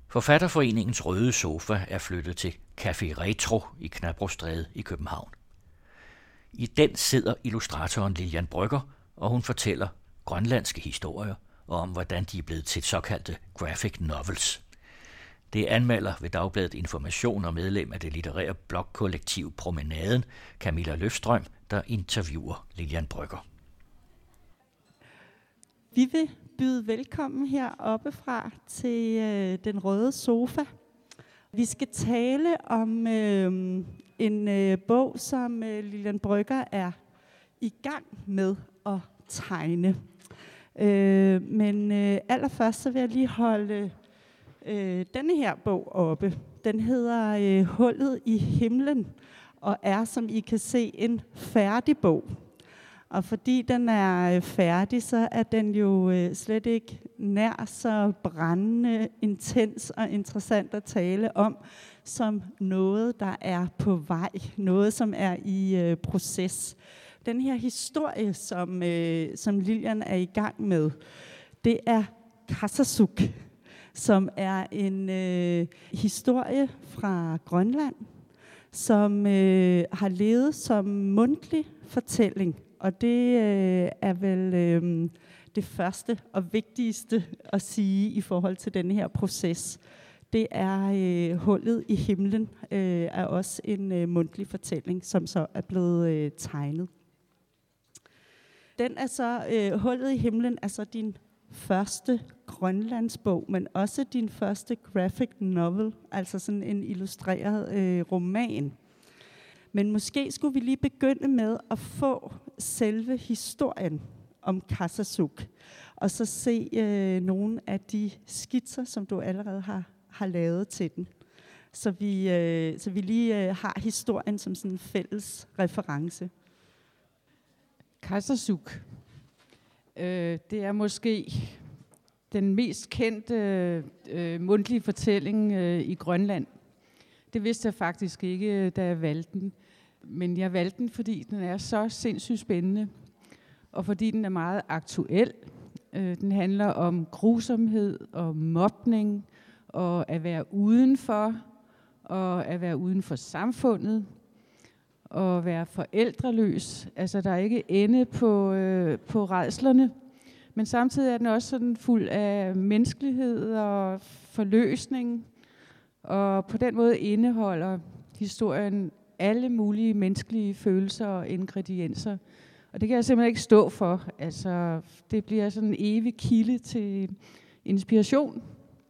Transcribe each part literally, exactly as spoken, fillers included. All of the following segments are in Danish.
Forfatterforeningens Røde Sofa er flyttet til Café Retro i Knabrostræde i København. I den sidder illustratoren Lillian Brøgger, og hun fortæller grønlandske historier og om, hvordan de er blevet til såkaldte graphic novels. Det er anmelder ved Dagbladet Information og medlem af det litterære blogkollektiv Promenaden, Camilla Løfstrøm, der interviewer Lillian Brøgger. Vi vil byde velkommen heroppe fra til øh, den røde sofa. Vi skal tale om øh, en øh, bog, som øh, Lillian Brøgger er i gang med at tegne. Øh, men øh, allerførst så vil jeg lige holde øh, denne her bog oppe. Den hedder øh, Hullet i himlen og er, som I kan se, en færdig bog. Og fordi den er færdig, så er den jo øh, slet ikke nær så brændende, intens og interessant at tale om, som noget, der er på vej. Noget, som er i øh, proces. Den her historie, som, øh, som Lillian er i gang med, det er Qassasuk, som er en øh, historie fra Grønland, som øh, har levet som mundtlig fortælling. Og det øh, er vel øh, det første og vigtigste at sige i forhold til denne her proces. Det er øh, Hullet i himlen, øh, er også en øh, mundtlig fortælling, som så er blevet øh, tegnet. Den er så, øh, Hullet i himlen er så din første grønlandsbog, men også din første graphic novel, altså sådan en illustreret øh, roman. Men måske skulle vi lige begynde med at få selve historien om Qassasuk, og så se øh, nogle af de skitser, som du allerede har, har lavet til den. Så vi, øh, så vi lige øh, har historien som sådan en fælles reference. Qassasuk, øh, det er måske den mest kendte øh, mundtlige fortælling øh, i Grønland. Det vidste jeg faktisk ikke, da jeg valgte den. Men jeg valgte den, fordi den er så sindssygt spændende, og fordi den er meget aktuel. Den handler om grusomhed og mobning, og at være udenfor, og at være uden for samfundet, og være forældreløs. Altså, der er ikke ende på, øh, på rædslerne, men samtidig er den også sådan fuld af menneskelighed og forløsning, og på den måde indeholder historien alle mulige menneskelige følelser og ingredienser. Og det kan jeg simpelthen ikke stå for. Altså, det bliver sådan en evig kilde til inspiration.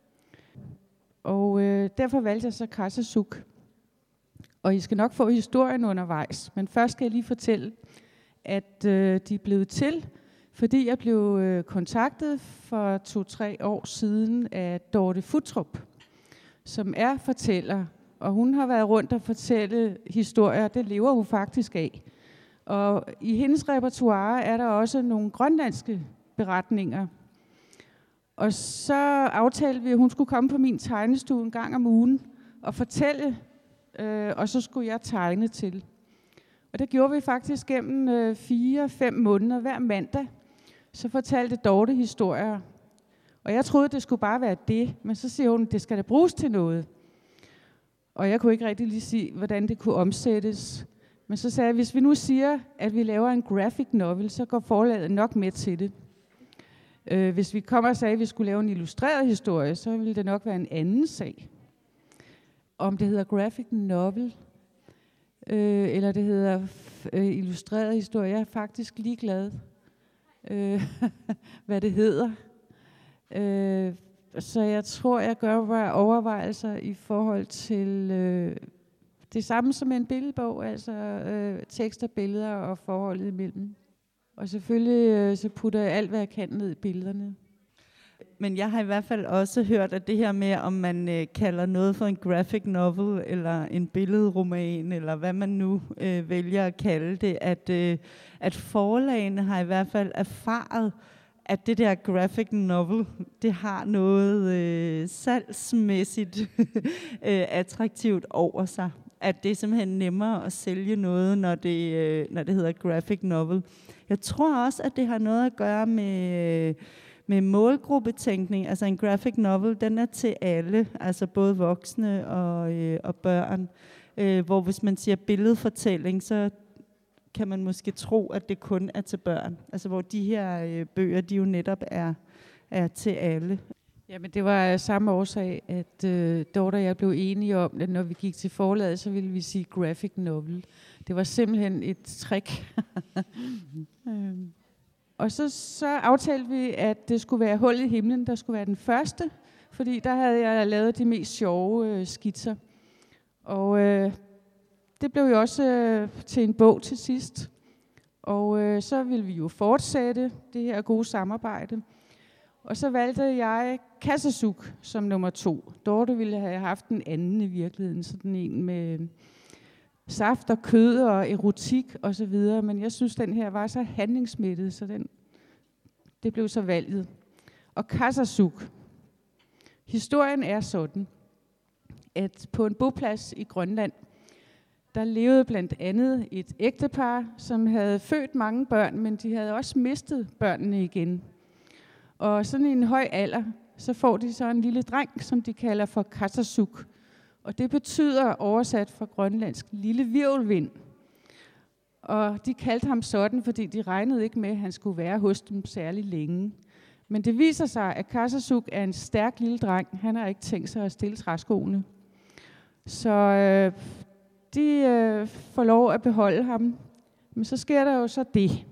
Og øh, derfor valgte jeg så Qassasuk. Og I skal nok få historien undervejs. Men først skal jeg lige fortælle, at øh, de er blevet til, fordi jeg blev øh, kontaktet for to-tre år siden af Dorte Futtrup, som er fortæller. Og hun har været rundt og fortælle historier, det lever hun faktisk af. Og i hendes repertoire er der også nogle grønlandske beretninger. Og så aftalte vi, at hun skulle komme på min tegnestue en gang om ugen og fortælle, øh, og så skulle jeg tegne til. Og det gjorde vi faktisk gennem øh, fire-fem måneder hver mandag. Så fortalte Dorte historier. Og jeg troede, det skulle bare være det, men så siger hun, det skal da bruges til noget. Og jeg kunne ikke rigtig lige sige, hvordan det kunne omsættes. Men så sagde jeg, hvis vi nu siger, at vi laver en graphic novel, så går forlaget nok med til det. Øh, hvis vi kommer og sagde, at vi skulle lave en illustreret historie, så ville det nok være en anden sag. Om det hedder graphic novel, øh, eller det hedder øh, illustreret historie, jeg er faktisk ligeglad, øh, hvad det hedder. Øh, Så jeg tror, jeg gør bare overvejelser i forhold til øh, det samme som en billedbog, altså øh, tekster, billeder og forholdet imellem. Og selvfølgelig øh, så putter jeg alt, hvad jeg kan ned i billederne. Men jeg har i hvert fald også hørt, at det her med, om man øh, kalder noget for en graphic novel, eller en billedroman, eller hvad man nu øh, vælger at kalde det, at, øh, at forlagene har i hvert fald erfaret, at det der graphic novel, det har noget øh, salgsmæssigt øh, attraktivt over sig. At det er simpelthen nemmere at sælge noget, når det, øh, når det hedder graphic novel. Jeg tror også, at det har noget at gøre med, med målgruppetænkning. Altså en graphic novel, den er til alle, altså både voksne og, øh, og børn. Øh, hvor hvis man siger billedfortælling, så kan man måske tro, at det kun er til børn. Altså hvor de her øh, bøger, de jo netop er, er til alle. Jamen det var samme årsag, at øh, Dorte og jeg blev enige om, at når vi gik til forlaget, så ville vi sige graphic novel. Det var simpelthen et trick. øhm. Og så, så aftalte vi, at det skulle være Hul i himlen, der skulle være den første, fordi der havde jeg lavet de mest sjove øh, skitser. Og øh, det blev jo også øh, til en bog til sidst. Og øh, så ville vi jo fortsætte det her gode samarbejde. Og så valgte jeg Kassasuk som nummer to. Dorte ville have haft den anden i virkeligheden, sådan en med saft og kød og erotik og så videre. Men jeg synes, den her var så handlingsmættet, så den, det blev så valget. Og Kassasuk. Historien er sådan, at på en boplads i Grønland, der levede blandt andet et ægtepar, som havde født mange børn, men de havde også mistet børnene igen. Og sådan i en høj alder, så får de så en lille dreng, som de kalder for Kassasuk. Og det betyder oversat fra grønlandsk lille virvelvind. Og de kaldte ham sådan, fordi de regnede ikke med, at han skulle være hos dem særlig længe. Men det viser sig, at Kassasuk er en stærk lille dreng. Han har ikke tænkt sig at stille træskoene. Så øh, de øh, får lov at beholde ham. Men så sker der jo så det,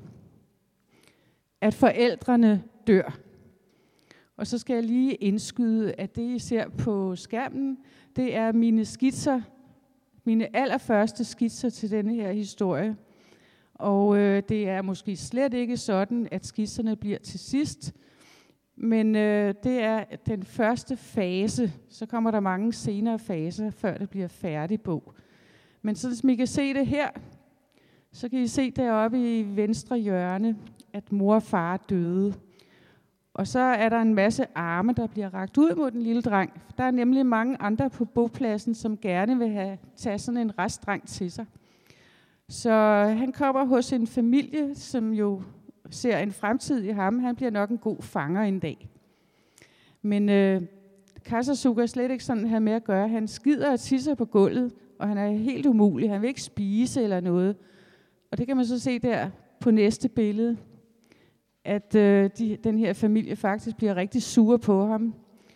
at forældrene dør. Og så skal jeg lige indskyde, at det, I ser på skærmen, det er mine skitser, mine allerførste skitser til denne her historie. Og øh, det er måske slet ikke sådan, at skitserne bliver til sidst, men øh, det er den første fase. Så kommer der mange senere faser, før det bliver færdig bog. Men så som I kan se det her, så kan I se deroppe i venstre hjørne, at mor og far døde. Og så er der en masse arme, der bliver rakt ud mod den lille dreng. Der er nemlig mange andre på bopladsen, som gerne vil have tage sådan en restdreng til sig. Så han kommer hos en familie, som jo ser en fremtid i ham. Han bliver nok en god fanger en dag. Men øh, Kassasuk er slet ikke sådan her med at gøre. Han skider og tisser på gulvet, og han er helt umulig. Han vil ikke spise eller noget. Og det kan man så se der på næste billede, at øh, de, den her familie faktisk bliver rigtig sure på ham.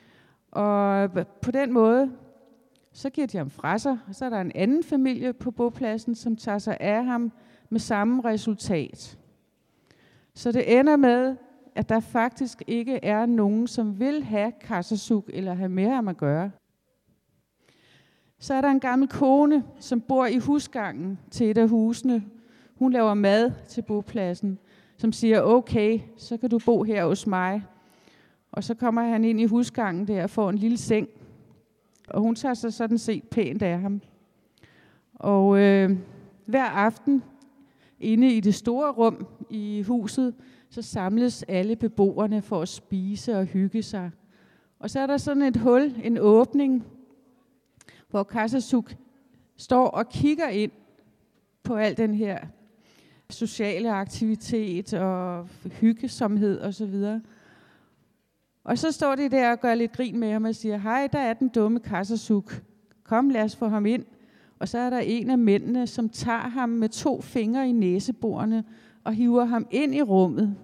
Og på den måde, så giver de ham fra sig, og så er der en anden familie på bopladsen, som tager sig af ham med samme resultat. Så det ender med, at der faktisk ikke er nogen, som vil have Kassasuk eller have med ham at gøre. Så er der en gammel kone, som bor i husgangen til et af husene. Hun laver mad til bopladsen, som siger, okay, så kan du bo her hos mig. Og så kommer han ind i husgangen der og får en lille seng. Og hun tager sig sådan set pænt af ham. Og øh, hver aften, inde i det store rum i huset, så samles alle beboerne for at spise og hygge sig. Og så er der sådan et hul, en åbning, hvor Kassasuk står og kigger ind på al den her sociale aktivitet og hyggesomhed og så videre. Og så står de der og gør lidt grin med ham og siger, hej, der er den dumme Kassasuk. Kom, lad os få ham ind. Og så er der en af mændene, som tager ham med to fingre i næseborene og hiver ham ind i rummet.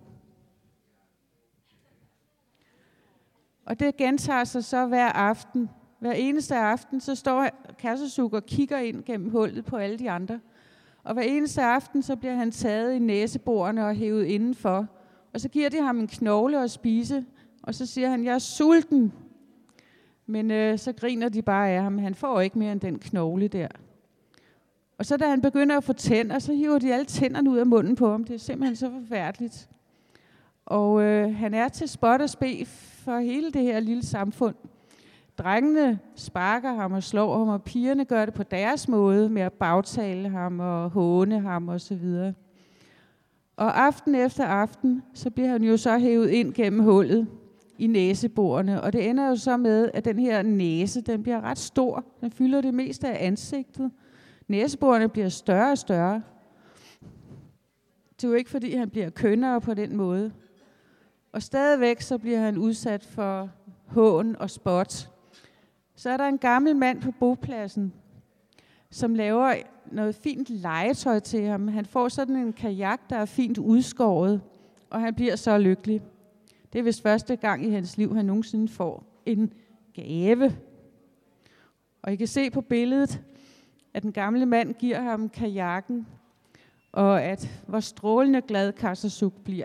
Og det gentager sig så hver aften. Hver eneste aften, så står Kassasuk og kigger ind gennem hullet på alle de andre. Og hver eneste aften, så bliver han taget i næseborene og hævet indenfor. Og så giver de ham en knogle at spise, og så siger han, jeg er sulten. Men øh, så griner de bare af ham. Han får ikke mere end den knogle der. Og så da han begynder at få tænder, så hiver de alle tænderne ud af munden på ham. Det er simpelthen så forfærdeligt. Og øh, han er til spot og spe for hele det her lille samfund. Drengene sparker ham og slår ham, og pigerne gør det på deres måde med at bagtale ham og håne ham og så videre. Og aften efter aften, så bliver han jo så hævet ind gennem hullet i næseborene, og det ender jo så med, at den her næse, den bliver ret stor. Den fylder det meste af ansigtet. Næseborene bliver større og større. Det er jo ikke, fordi han bliver kønnere på den måde. Og stadigvæk så bliver han udsat for hån og spot. Så er der en gammel mand på bopladsen, som laver noget fint legetøj til ham. Han får sådan en kajak, der er fint udskåret, og han bliver så lykkelig. Det er vist første gang i hans liv, han nogensinde får en gave. Og I kan se på billedet, at den gamle mand giver ham kajakken, og at hvor strålende glad Kassasuk bliver.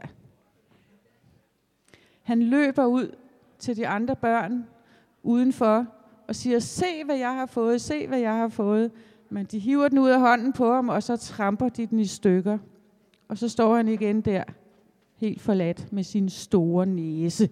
Han løber ud til de andre børn udenfor og siger, se hvad jeg har fået, se hvad jeg har fået. Men de hiver den ud af hånden på ham, og så tramper de den i stykker. Og så står han igen der, helt forladt med sin store næse.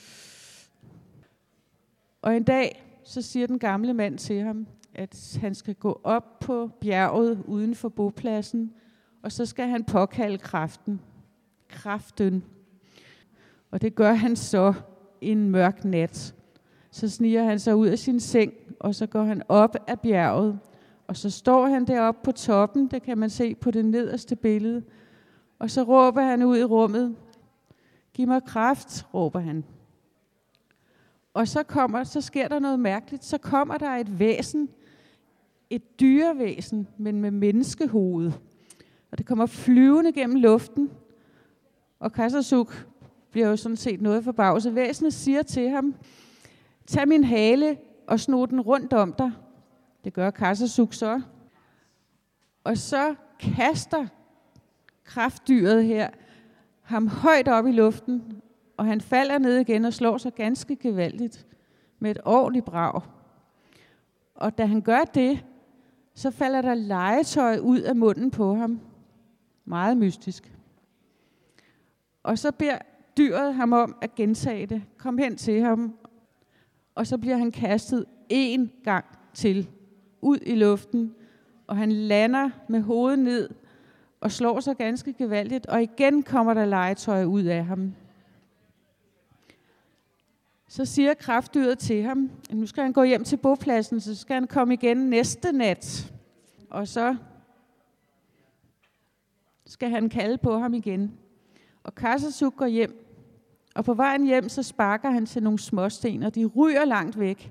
Og en dag, så siger den gamle mand til ham, at han skal gå op på bjerget uden for bopladsen, og så skal han påkalde kraften. Kraften. Og det gør han så en mørk nat. Så sniger han sig ud af sin seng, og så går han op ad bjerget. Og så står han deroppe på toppen, det kan man se på det nederste billede. Og så råber han ud i rummet. Giv mig kraft, råber han. Og så kommer, så sker der noget mærkeligt. Så kommer der et væsen, et dyrevæsen, men med menneskehoved. Og det kommer flyvende gennem luften. Og Kassasuk bliver jo sådan set noget forbavset. Væsenet siger til ham, tag min hale og sno den rundt om dig. Det gør Kassasuk så. Og så kaster kraftdyret her ham højt op i luften, og han falder ned igen og slår sig ganske gevaldigt med et ordentligt brag. Og da han gør det, så falder der legetøj ud af munden på ham. Meget mystisk. Og så beder dyret ham om at gentage det. Kom hen til ham. Og så bliver han kastet en gang til ud i luften, og han lander med hovedet ned og slår sig ganske gevaldigt, og igen kommer der legetøj ud af ham. Så siger kraftdyret til ham, at nu skal han gå hjem til bopladsen, så skal han komme igen næste nat. Og så skal han kalde på ham igen. Og Kassasuk går hjem, og på vejen hjem, så sparker han til nogle småsten, og de ryger langt væk.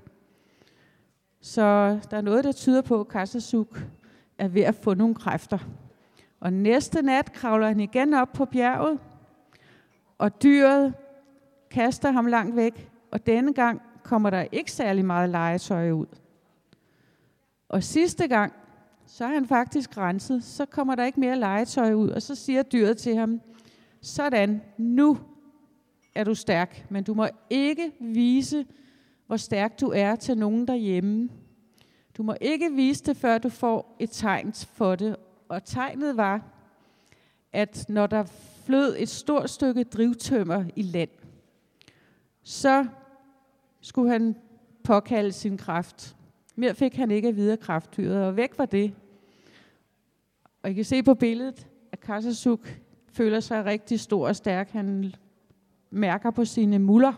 Så der er noget, der tyder på, at Kassasuk er ved at få nogle kræfter. Og næste nat kravler han igen op på bjerget, og dyret kaster ham langt væk, og denne gang kommer der ikke særlig meget legetøj ud. Og sidste gang, så er han faktisk renset, så kommer der ikke mere legetøj ud, og så siger dyret til ham, sådan, nu er du stærk, men du må ikke vise, hvor stærk du er til nogen derhjemme. Du må ikke vise det, før du får et tegn for det. Og tegnet var, at når der flød et stort stykke drivtømmer i land, så skulle han påkalde sin kraft. Mere fik han ikke at vide af kraftdyret, og væk var det. Og I kan se på billedet, at Kassasuk føler sig rigtig stor og stærk. Han mærker på sine muller.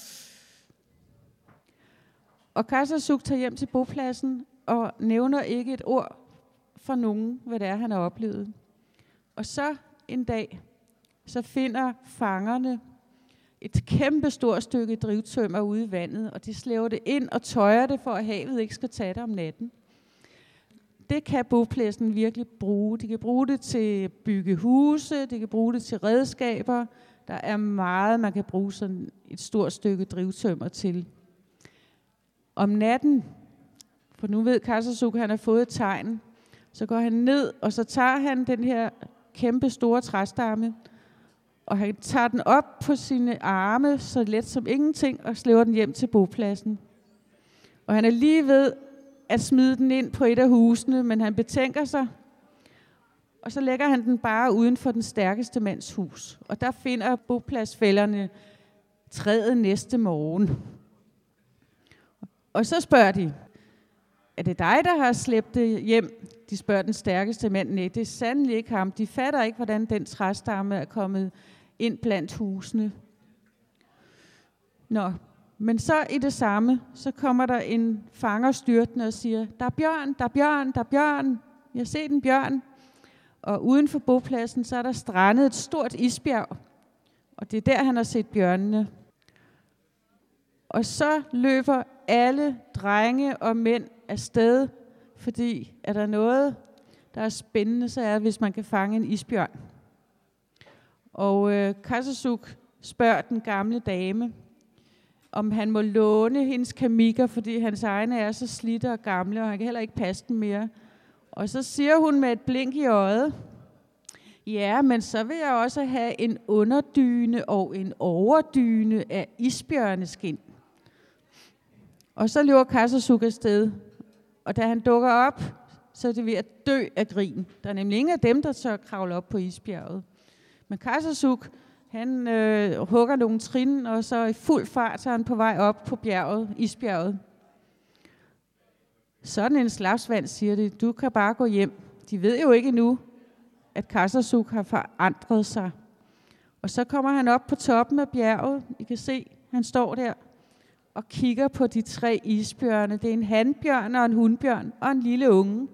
Og Kassasuk tager hjem til bopladsen og nævner ikke et ord for nogen, hvad det er, han har oplevet. Og så en dag, så finder fangerne et kæmpe stort stykke drivtømmer ude i vandet, og de slæver det ind og tøjer det, for at havet ikke skal tage det om natten. Det kan bopladsen virkelig bruge. De kan bruge det til at bygge huse, de kan bruge det til redskaber. Der er meget, man kan bruge sådan et stort stykke drivtømmer til. Om natten, for nu ved Kassasuk, at han har fået et tegn, så går han ned, og så tager han den her kæmpe store træstamme, og han tager den op på sine arme, så let som ingenting, og slæver den hjem til bopladsen. Og han er lige ved at smide den ind på et af husene, men han betænker sig, og så lægger han den bare uden for den stærkeste mands hus. Og der finder bopladsfælderne træet næste morgen. Og så spørger de, er det dig, der har slæbt det hjem? De spørger den stærkeste mand. Nej, det er sandelig ikke ham. De fatter ikke, hvordan den træstamme er kommet ind blandt husene. Nå, men så i det samme, så kommer der en fanger styrtende og siger, der er bjørn, der er bjørn, der er bjørn. Jeg har set en bjørn. Og uden for bopladsen, så er der strandet et stort isbjerg. Og det er der, han har set bjørnene. Og så løber alle drenge og mænd afsted, fordi er der noget, der er spændende, så er det, hvis man kan fange en isbjørn. Og øh, Kassasuk spørger den gamle dame, om han må låne hendes kamikker, fordi hans egne er så slidte og gamle, og han kan heller ikke passe dem mere. Og så siger hun med et blink i øjet, ja, men så vil jeg også have en underdyne og en overdyne af isbjørneskin. Og så løber Kassasuk afsted, og da han dukker op, så er det ved at dø af grin. Der er nemlig ingen af dem, der tør kravle op på isbjerget. Men Kassasuk, han øh, hugger nogle trin, og så i fuld fart så er han på vej op på bjerget, isbjerget. Sådan en slapsvand, siger det, du kan bare gå hjem. De ved jo ikke endnu, at Kassasuk har forandret sig. Og så kommer han op på toppen af bjerget. I kan se, han står der og kigger på de tre isbjørne. Det er en hanbjørn og en hunbjørn og en lille unge.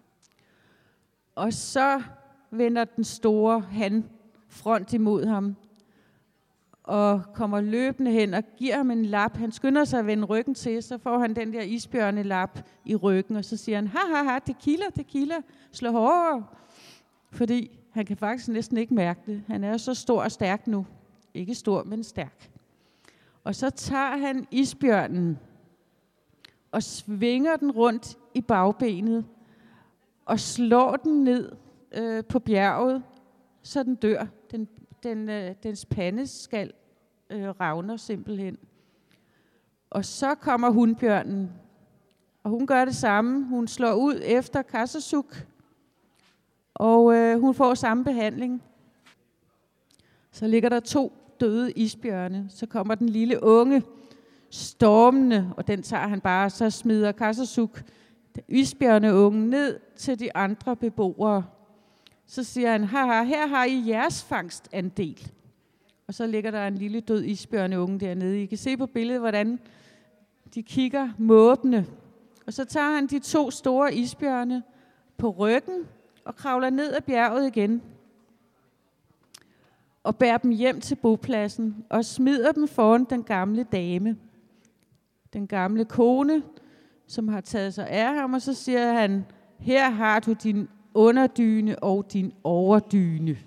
Og så vender den store han front imod ham og kommer løbende hen og giver ham en lap. Han skynder sig at vende ryggen til, så får han den der isbjørnelap i ryggen, og så siger han, ha ha ha, det kilder, det kilder, slå hårdere. Fordi han kan faktisk næsten ikke mærke det. Han er så stor og stærk nu. Ikke stor, men stærk. Og så tager han isbjørnen og svinger den rundt i bagbenet og slår den ned øh, på bjerget, så den dør. Den, den, øh, dens pande skal øh, ravner simpelthen. Og så kommer hunbjørnen, og hun gør det samme. Hun slår ud efter Kassasuk, og øh, hun får samme behandling. Så ligger der to døde isbjørne. Så kommer den lille unge stormende, og den tager han bare, så smider Kassasuk isbjørneungen ned til de andre beboere. Så siger han, haha, her har I jeres fangstandel. Og så ligger der en lille død isbjørneunge dernede. I kan se på billedet, hvordan de kigger måbende. Og så tager han de to store isbjørne på ryggen og kravler ned ad bjerget igen. Og bærer dem hjem til bopladsen og smider dem foran den gamle dame. Den gamle kone, som har taget sig af ham, og så siger han, her har du din underdyne og din overdyne.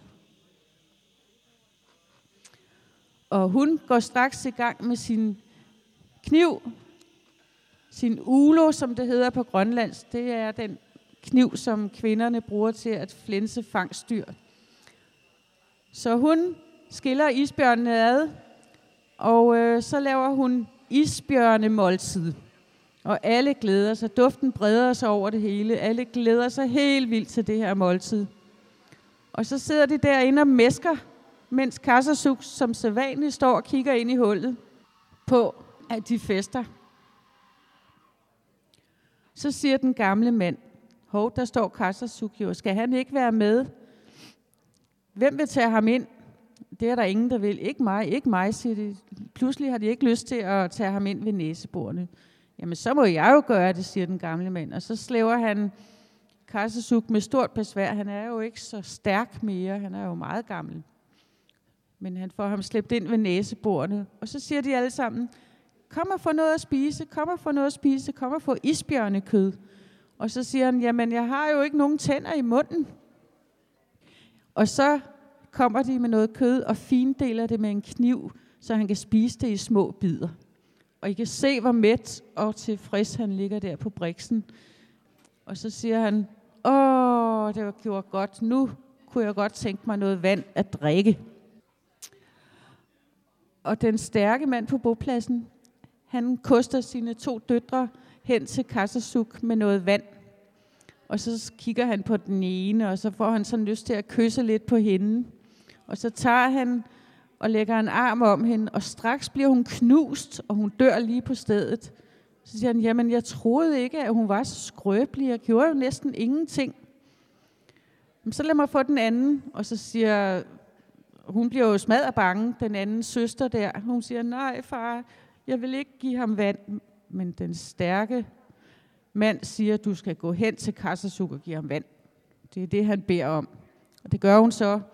Og hun går straks i gang med sin kniv, sin ulo, som det hedder på grønlandsk. Det er den kniv, som kvinderne bruger til at flænse fangstdyr. Så hun skiller isbjørnene ad, og øh, så laver hun isbjørnemåltid. Og alle glæder sig. Duften breder sig over det hele. Alle glæder sig helt vildt til det her måltid. Og så sidder de derinde og mæsker, mens Kassasuk som sædvanligt står og kigger ind i hullet på, at de fester. Så siger den gamle mand, hov, der står Kassasuk jo, skal han ikke være med? Hvem vil tage ham ind? Det er der ingen, der vil. Ikke mig, ikke mig, siger de. Pludselig har de ikke lyst til at tage ham ind ved næseborene. Jamen, så må jeg jo gøre det, siger den gamle mand. Og så slæver han Kassasuk med stort besvær. Han er jo ikke så stærk mere. Han er jo meget gammel. Men han får ham slæbt ind ved næseborene. Og så siger de alle sammen, kom og få noget at spise, kom og få noget at spise, kom og få isbjørnekød. Og så siger han, jamen, jeg har jo ikke nogen tænder i munden. Og så kommer de med noget kød og findeler det med en kniv, så han kan spise det i små bidder. Og I kan se, hvor mæt og tilfreds han ligger der på briksen. Og så siger han, åh, det var gjort godt. Nu kunne jeg godt tænke mig noget vand at drikke. Og den stærke mand på bopladsen, han koster sine to døtre hen til Kassasuk med noget vand. Og så kigger han på den ene, og så får han sådan lyst til at kysse lidt på hende. Og så tager han og lægger en arm om hende, og straks bliver hun knust, og hun dør lige på stedet. Så siger han, jamen jeg troede ikke, at hun var så skrøbelig. Jeg gjorde jo næsten ingenting. Men så lad mig få den anden, og så siger, hun bliver jo smadret bange, den anden søster der. Hun siger, nej far, jeg vil ikke give ham vand. Men den stærke mand siger, du skal gå hen til Kassasuk og give ham vand. Det er det, han beder om. Og det gør hun så.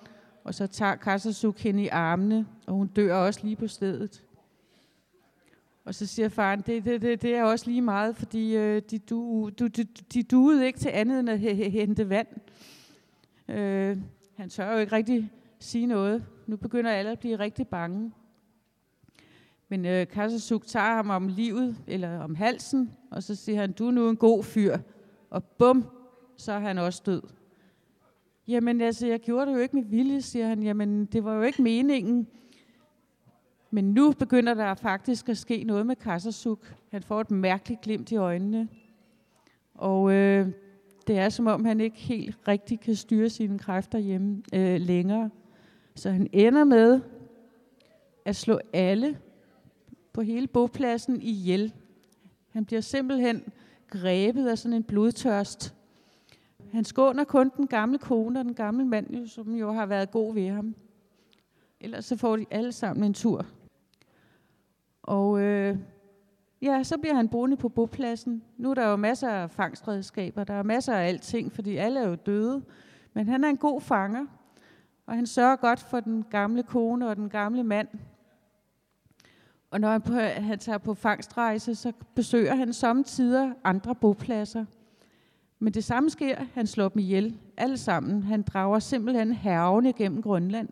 Og så tager Kassasuk hende i armene, og hun dør også lige på stedet. Og så siger faren, det, det, det, det er også lige meget, fordi øh, de, du, du, de, de duede ikke til andet end at hente vand. Øh, han tør jo ikke rigtig sige noget. Nu begynder alle at blive rigtig bange. Men øh, Kassasuk tager ham om livet, eller om halsen, og så siger han, du er nu en god fyr. Og bum, så er han også død. Jamen altså, jeg gjorde det jo ikke med vilje, siger han. Jamen, det var jo ikke meningen. Men nu begynder der faktisk at ske noget med Kassasuk. Han får et mærkeligt glimt i øjnene. Og øh, det er som om, han ikke helt rigtig kan styre sine kræfter hjemme øh, længere. Så han ender med at slå alle på hele bopladsen ihjel. Han bliver simpelthen grebet af sådan en blodtørst. Han skåner kun den gamle kone og den gamle mand, som jo har været god ved ham. Ellers så får de alle sammen en tur. Og øh, ja, så bliver han boende på bopladsen. Nu er der jo masser af fangstredskaber, der er masser af alting, fordi alle er jo døde. Men han er en god fanger, og han sørger godt for den gamle kone og den gamle mand. Og når han, på, han tager på fangstrejse, så besøger han sommetider andre bopladser. Men det samme sker, han slår dem ihjel, alle sammen. Han drager simpelthen hærgene gennem Grønland.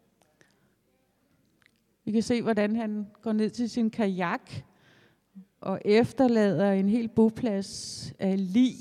Vi kan se, hvordan han går ned til sin kajak og efterlader en hel boplads af lig.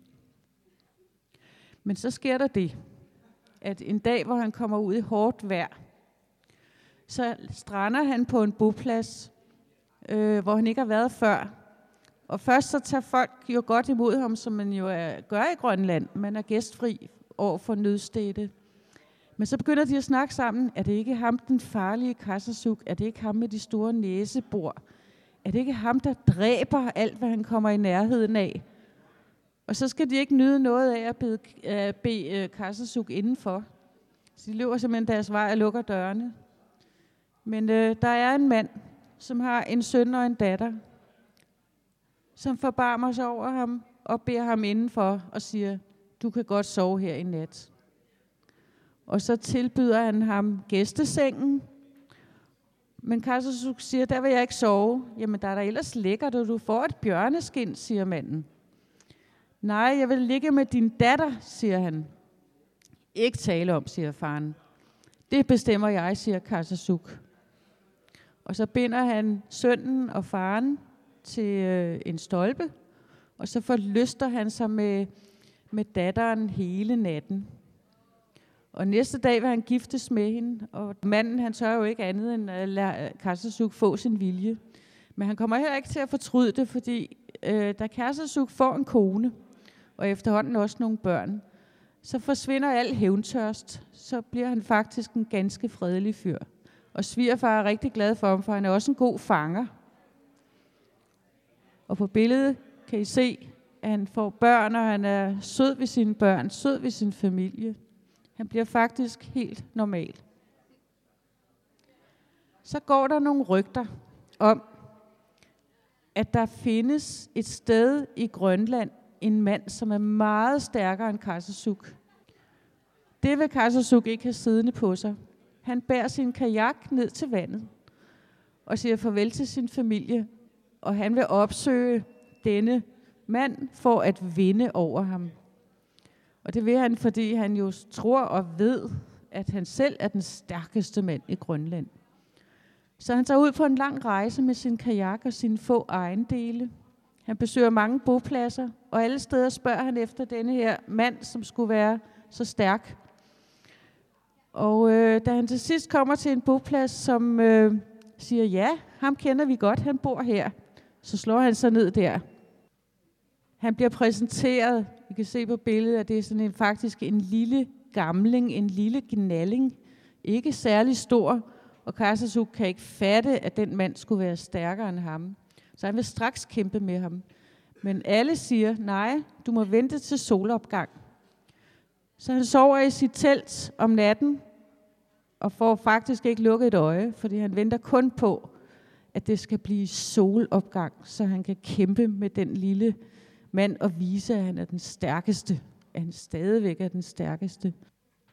Men så sker der det, at en dag, hvor han kommer ud i hårdt vejr, så strander han på en boplads, øh, hvor han ikke har været før. Og først så tager folk jo godt imod ham, som man jo er, gør i Grønland. Man er gæstfri over for nødstede. Men så begynder de at snakke sammen. Er det ikke ham, den farlige Kassasuk? Er det ikke ham med de store næsebor? Er det ikke ham, der dræber alt, hvad han kommer i nærheden af? Og så skal de ikke nyde noget af at bede, uh, bede uh, Kassasuk indenfor. Så de løber simpelthen deres vej og lukker dørene. Men uh, der er en mand, som har en søn og en datter, som forbarmer sig over ham og beder ham indenfor og siger, du kan godt sove her i nat. Og så tilbyder han ham gæstesengen. Men Kassasuk siger, der vil jeg ikke sove. Jamen, der er der ellers lækkert, og du får et bjørneskin, siger manden. Nej, jeg vil ligge med din datter, siger han. Ikke tale om, siger faren. Det bestemmer jeg, siger Kassasuk. Og så binder han sønnen og faren til øh, en stolpe, og så forlyster han sig med, med datteren hele natten. Og næste dag vil han giftes med hende, og manden han tør jo ikke andet end at lade Kassasuk få sin vilje. Men han kommer heller ikke til at fortryde det, fordi øh, da Kassasuk får en kone, og efterhånden også nogle børn, så forsvinder al hævntørst. Så bliver han faktisk en ganske fredelig fyr. Og svigerfar er rigtig glad for ham, for han er også en god fanger. Og på billedet kan I se, at han får børn, og han er sød ved sine børn, sød ved sin familie. Han bliver faktisk helt normal. Så går der nogle rygter om, at der findes et sted i Grønland en mand, som er meget stærkere end Kassasuk. Det vil Kassasuk ikke have siddende på sig. Han bærer sin kajak ned til vandet og siger farvel til sin familie, og han vil opsøge denne mand for at vinde over ham. Og det vil han, fordi han jo tror og ved, at han selv er den stærkeste mand i Grønland. Så han tager ud på en lang rejse med sin kajak og sine få ejendele. Han besøger mange bopladser, og alle steder spørger han efter denne her mand, som skulle være så stærk. Og øh, da han til sidst kommer til en boplads, som øh, siger, ja, ham kender vi godt, han bor her, så slår han sig ned der. Han bliver præsenteret, I kan se på billedet, at det er sådan en, faktisk en lille gamling, en lille gnalling, ikke særlig stor, og Kassasuk kan ikke fatte, at den mand skulle være stærkere end ham. Så han vil straks kæmpe med ham. Men alle siger, nej, du må vente til solopgang. Så han sover i sit telt om natten, og får faktisk ikke lukket et øje, fordi han venter kun på, at det skal blive solopgang, så han kan kæmpe med den lille mand og vise, at han er den stærkeste. At han stadigvæk er den stærkeste.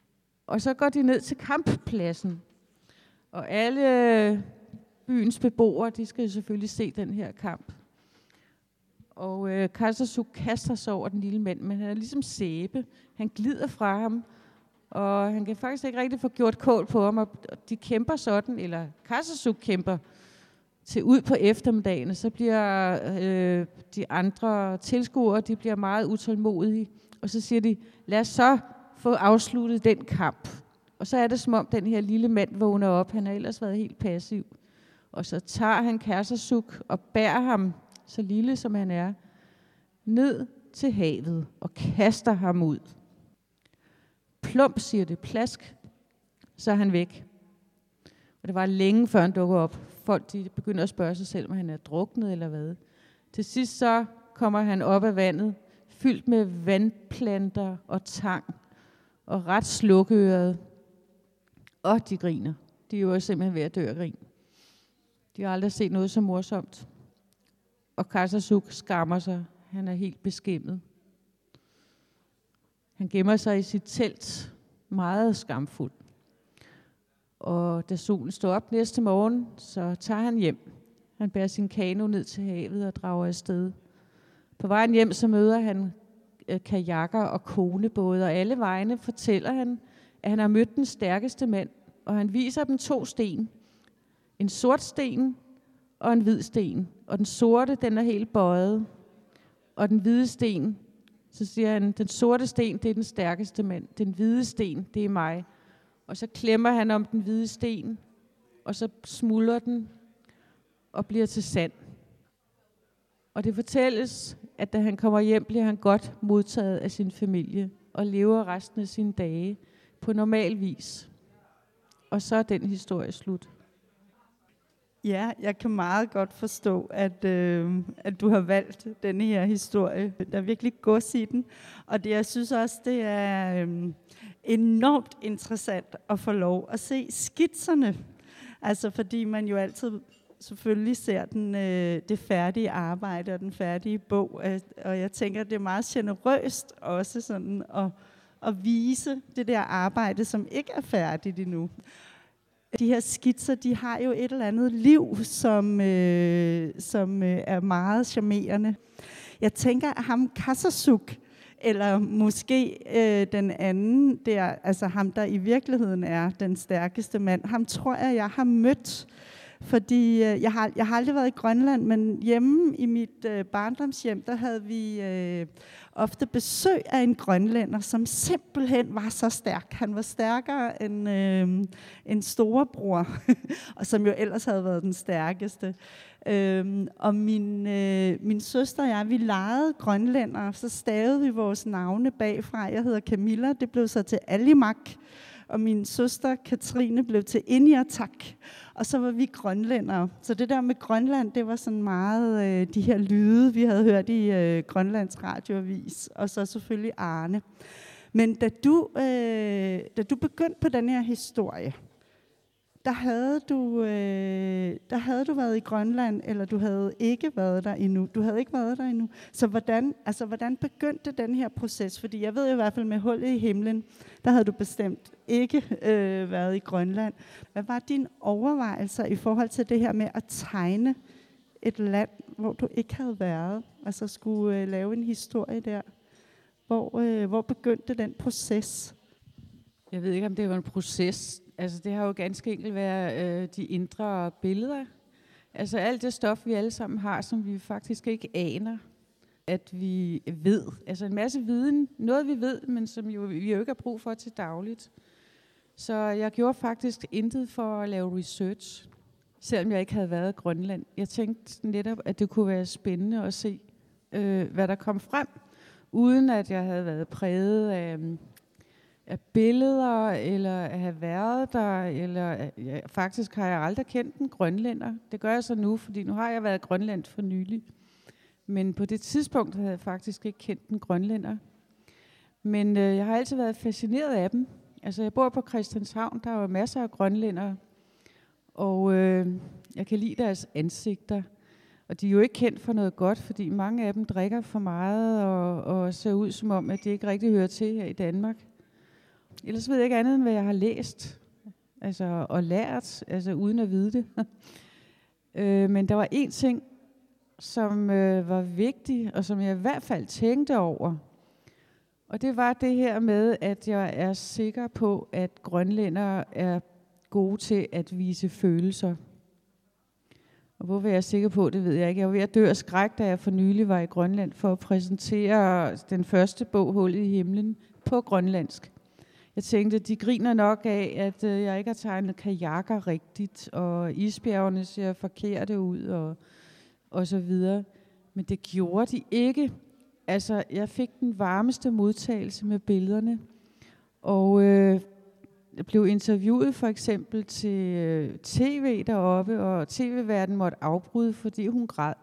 Og så går de ned til kamppladsen. Og alle byens beboere, de skal selvfølgelig se den her kamp. Og øh, Kazazuk kaster sig over den lille mand, men han er ligesom sæbe. Han glider fra ham, og han kan faktisk ikke rigtig få gjort kål på ham. Og de kæmper sådan, eller Kazazuk kæmper til ud på eftermiddagen. Så bliver øh, de andre tilskuere, de bliver meget utålmodige. Og så siger de, lad os så få afsluttet den kamp. Og så er det som om den her lille mand vågner op. Han har ellers været helt passiv. Og så tager han Kazazuk og bærer ham, så lille som han er, ned til havet og kaster ham ud. Plump, siger det, plask, så er han væk. Og det var længe før han dukker op. Folk de begynder at spørge sig selv, om han er druknet eller hvad. Til sidst så kommer han op af vandet, fyldt med vandplanter og tang, og ret slukøret. Og de griner. De er jo simpelthen ved at dø af grin. De har aldrig set noget så morsomt. Og Kazazuk skammer sig. Han er helt beskæmmet. Han gemmer sig i sit telt, meget skamfuld. Og da solen står op næste morgen, så tager han hjem. Han bærer sin kano ned til havet og drager afsted. På vejen hjem så møder han kajakker og konebåde, og alle vejene fortæller han, at han har mødt den stærkeste mand, og han viser dem to sten. En sort sten og en hvid sten. Og den sorte, den er helt bøjet. Og den hvide sten, så siger han, den sorte sten, det er den stærkeste mand. Den hvide sten, det er mig. Og så klemmer han om den hvide sten, og så smuldrer den og bliver til sand. Og det fortælles, at da han kommer hjem, bliver han godt modtaget af sin familie og lever resten af sine dage på normal vis. Og så er den historie slut. Ja, jeg kan meget godt forstå, at, øh, at du har valgt denne her historie. Der er virkelig gods i den. Og det, jeg synes også, det er øh, enormt interessant at få lov at se skitserne. Altså fordi man jo altid selvfølgelig ser den, øh, det færdige arbejde og den færdige bog. Og jeg tænker, det er meget generøst også sådan at, at vise det der arbejde, som ikke er færdigt endnu. De her skitser, de har jo et eller andet liv, som, øh, som øh, er meget charmerende. Jeg tænker, at ham Kazazuk, eller måske øh, den anden, der, altså ham, der i virkeligheden er den stærkeste mand, ham tror jeg, jeg har mødt. Fordi øh, jeg, har, jeg har aldrig været i Grønland, men hjemme i mit øh, barndomshjem, der havde vi øh, ofte besøg af en grønlænder, som simpelthen var så stærk. Han var stærkere end øh, en storebror, og som jo ellers havde været den stærkeste. Øh, og min, øh, min søster og jeg, vi legede grønlænder, så stavede vi vores navne bagfra. Jeg hedder Camilla, det blev så til Alimak. Og min søster Katrine blev til Injatak, og så var vi grønlændere. Så det der med Grønland, det var sådan meget øh, de her lyde, vi havde hørt i øh, Grønlands radioavis, og så selvfølgelig Arne. Men da du, øh, da du begyndte på den her historie, der havde du, øh, der havde du været i Grønland, eller du havde ikke været der endnu. Du havde ikke været der endnu. Så hvordan, altså, hvordan begyndte den her proces? Fordi jeg ved i hvert fald med hullet i himlen, der havde du bestemt ikke øh, været i Grønland. Hvad var dine overvejelser i forhold til det her med at tegne et land, hvor du ikke havde været? Altså skulle øh, lave en historie der. Hvor, øh, hvor begyndte den proces? Jeg ved ikke, om det var en proces. Altså, det har jo ganske enkelt været øh, de indre billeder. Altså, alt det stof, vi alle sammen har, som vi faktisk ikke aner, at vi ved. Altså, en masse viden, noget vi ved, men som jo, vi jo ikke har brug for til dagligt. Så jeg gjorde faktisk intet for at lave research, selvom jeg ikke havde været i Grønland. Jeg tænkte netop, at det kunne være spændende at se, øh, hvad der kom frem, uden at jeg havde været præget af... af billeder, eller at have været der, eller ja, faktisk har jeg aldrig kendt en grønlænder. Det gør jeg så nu, fordi nu har jeg været i Grønland for nylig. Men på det tidspunkt havde jeg faktisk ikke kendt en grønlænder. Men øh, jeg har altid været fascineret af dem. Altså jeg bor på Christianshavn, der er jo masser af grønlændere, og øh, jeg kan lide deres ansigter. Og de er jo ikke kendt for noget godt, fordi mange af dem drikker for meget, og, og ser ud som om, at de ikke rigtig hører til her i Danmark. ellers ved jeg ikke andet, end hvad jeg har læst altså, og lært, altså uden at vide det. øh, men der var en ting, som øh, var vigtig, og som jeg i hvert fald tænkte over. Og det var det her med, at jeg er sikker på, at grønlændere er gode til at vise følelser. Og hvorfor jeg er sikker på, det ved jeg ikke. Jeg var ved at dø af skræk, da jeg for nylig var i Grønland for at præsentere den første bog, Hullet i himlen, på grønlandsk. Jeg tænkte, de griner nok af, at øh, jeg ikke har tegnet kajakker rigtigt, og isbjergene ser forkerte ud, og, og så videre. Men det gjorde de ikke. Altså, jeg fik den varmeste modtagelse med billederne, og øh, jeg blev interviewet for eksempel til øh, tv deroppe, og tv-værten måtte afbryde, fordi hun græd.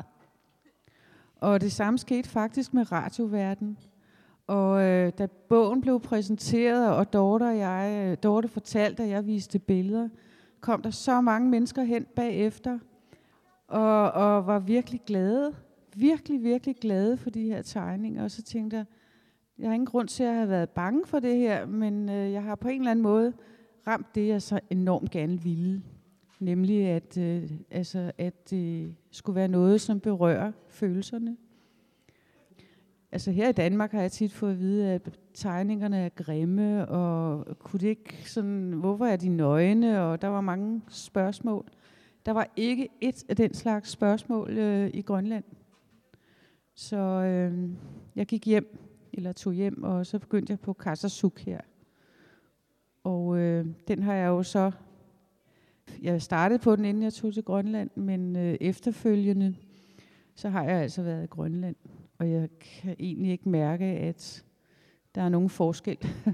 Og det samme skete faktisk med radioverden. Og øh, da bogen blev præsenteret, og Dorte og jeg, Dorte fortalte, at jeg viste billeder, kom der så mange mennesker hen bagefter, og, og var virkelig glade. Virkelig, virkelig glade for de her tegninger. Og så tænkte jeg, jeg har ingen grund til at have været bange for det her, men øh, jeg har på en eller anden måde ramt det, jeg så enormt gerne ville. Nemlig, at, øh, altså, at det skulle være noget, som berører følelserne. Altså her i Danmark har jeg tit fået at vide, at tegningerne er grimme, og kunne det ikke sådan, hvorfor er de nøgne? Og der var mange spørgsmål. Der var ikke et af den slags spørgsmål øh, i Grønland. Så øh, jeg gik hjem, eller tog hjem, og så begyndte jeg på Qarsasuk her. Og øh, den har jeg jo så, jeg startede på den, inden jeg tog til Grønland, men øh, efterfølgende, så har jeg altså været i Grønland. Og jeg kan egentlig ikke mærke, at der er nogen forskel.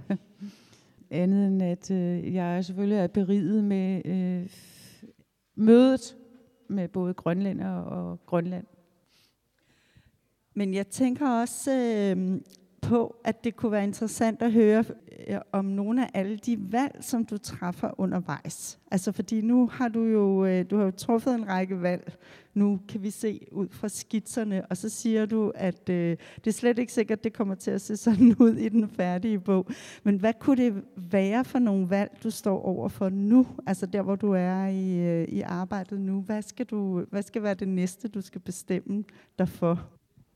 Andet end, at øh, jeg selvfølgelig er beriget med øh, mødet med både grønlænder og Grønland. Men jeg tænker også øh, på, at det kunne være interessant at høre øh, om nogle af alle de valg, som du træffer undervejs. Altså fordi nu har du jo, øh, du har jo truffet en række valg. Nu kan vi se ud fra skitserne, og så siger du, at øh, det er slet ikke sikkert, at det kommer til at se sådan ud i den færdige bog. Men hvad kunne det være for nogle valg, du står over for nu? Altså der, hvor du er i, øh, i arbejdet nu. Hvad skal, du, hvad skal være det næste, du skal bestemme dig for?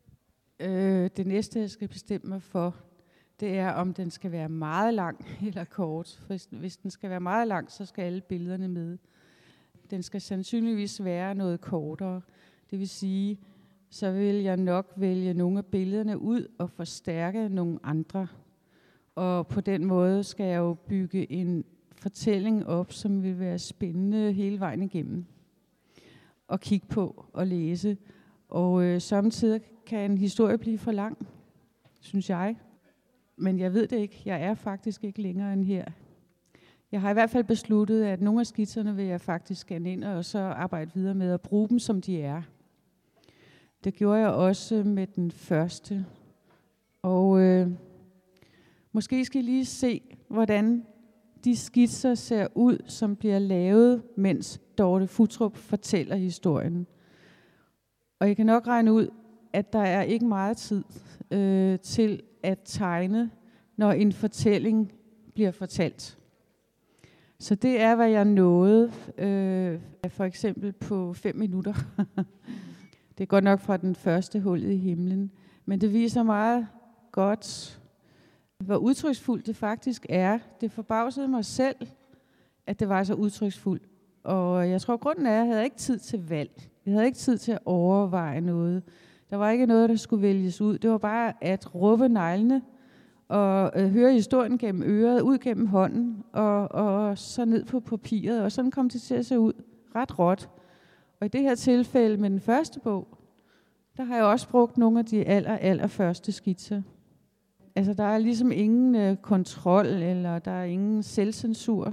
Øh, det næste, jeg skal bestemme mig for, det er, om den skal være meget lang eller kort. Hvis, hvis den skal være meget lang, så skal alle billederne med. Den skal sandsynligvis være noget kortere. Det vil sige, så vil jeg nok vælge nogle af billederne ud og forstærke nogle andre. Og på den måde skal jeg jo bygge en fortælling op, som vil være spændende hele vejen igennem. Og kigge på og læse. Og øh, samtidig kan en historie blive for lang, synes jeg. Men jeg ved det ikke. Jeg er faktisk ikke længere end her. Jeg har i hvert fald besluttet, at nogle af skitserne vil jeg faktisk scanne ind og så arbejde videre med at bruge dem, som de er. Det gjorde jeg også med den første. Og øh, måske skal I lige se, hvordan de skitser ser ud, som bliver lavet, mens Dorte Futtrup fortæller historien. Og jeg kan nok regne ud, at der er ikke meget tid øh, til at tegne, når en fortælling bliver fortalt. Så det er, hvad jeg nåede, øh, for eksempel på fem minutter. Det er godt nok fra den første Hullet i himlen. Men det viser meget godt, hvor udtryksfuldt det faktisk er. Det forbavsede mig selv, at det var så udtryksfuldt. Og jeg tror, grunden er, at jeg havde ikke tid til valg. Jeg havde ikke tid til at overveje noget. Der var ikke noget, der skulle vælges ud. Det var bare at råbe neglene og øh, høre historien gennem øret, ud gennem hånden, og, og så ned på papiret. Og sådan kom det til at se ud ret råt. Og i det her tilfælde med den første bog, der har jeg også brugt nogle af de aller, aller første skitser. Altså, der er ligesom ingen øh, kontrol, eller der er ingen selvcensur.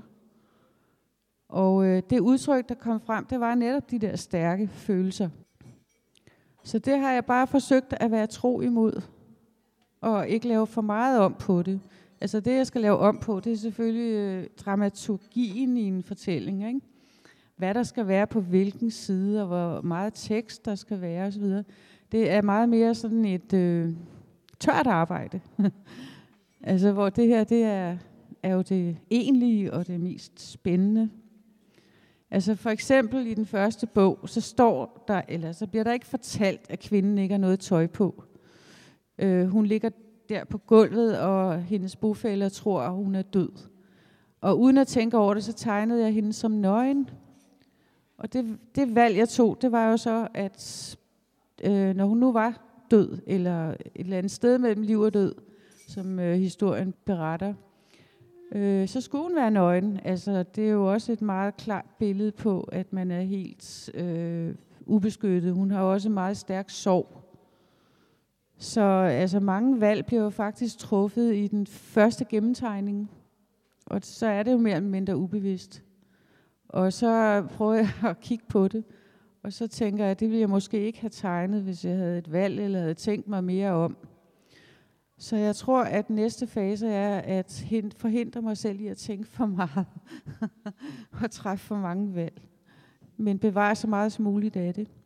Og øh, det udtryk, der kom frem, det var netop de der stærke følelser. Så det har jeg bare forsøgt at være tro imod, og ikke lave for meget om på det. Altså det, jeg skal lave om på, det er selvfølgelig øh, dramaturgien i en fortælling, ikke? Hvad der skal være på hvilken side, og hvor meget tekst der skal være osv. Det er meget mere sådan et øh, tørt arbejde. Altså hvor det her, det er er jo det egentlige og det mest spændende. Altså for eksempel i den første bog, så står der, eller så bliver der ikke fortalt, at kvinden ikke har noget tøj på. Øh, hun ligger der på gulvet, og hendes bofæller tror, at hun er død. Og uden at tænke over det, så tegnede jeg hende som nøgen. Og det, det valg, jeg tog, det var jo så, at øh, når hun nu var død, eller et eller andet sted mellem liv og død, som øh, historien beretter, øh, så skulle hun være nøgen. Altså, det er jo også et meget klart billede på, at man er helt øh, ubeskyttet. Hun har også meget stærk sorg. Så altså, mange valg bliver jo faktisk truffet i den første gennemtegning, og så er det jo mere eller mindre ubevidst. Og så prøver jeg at kigge på det, og så tænker jeg, at det ville jeg måske ikke have tegnet, hvis jeg havde et valg, eller havde tænkt mig mere om. Så jeg tror, at næste fase er at forhindre mig selv i at tænke for meget, og træffe for mange valg, men bevare så meget som muligt af det.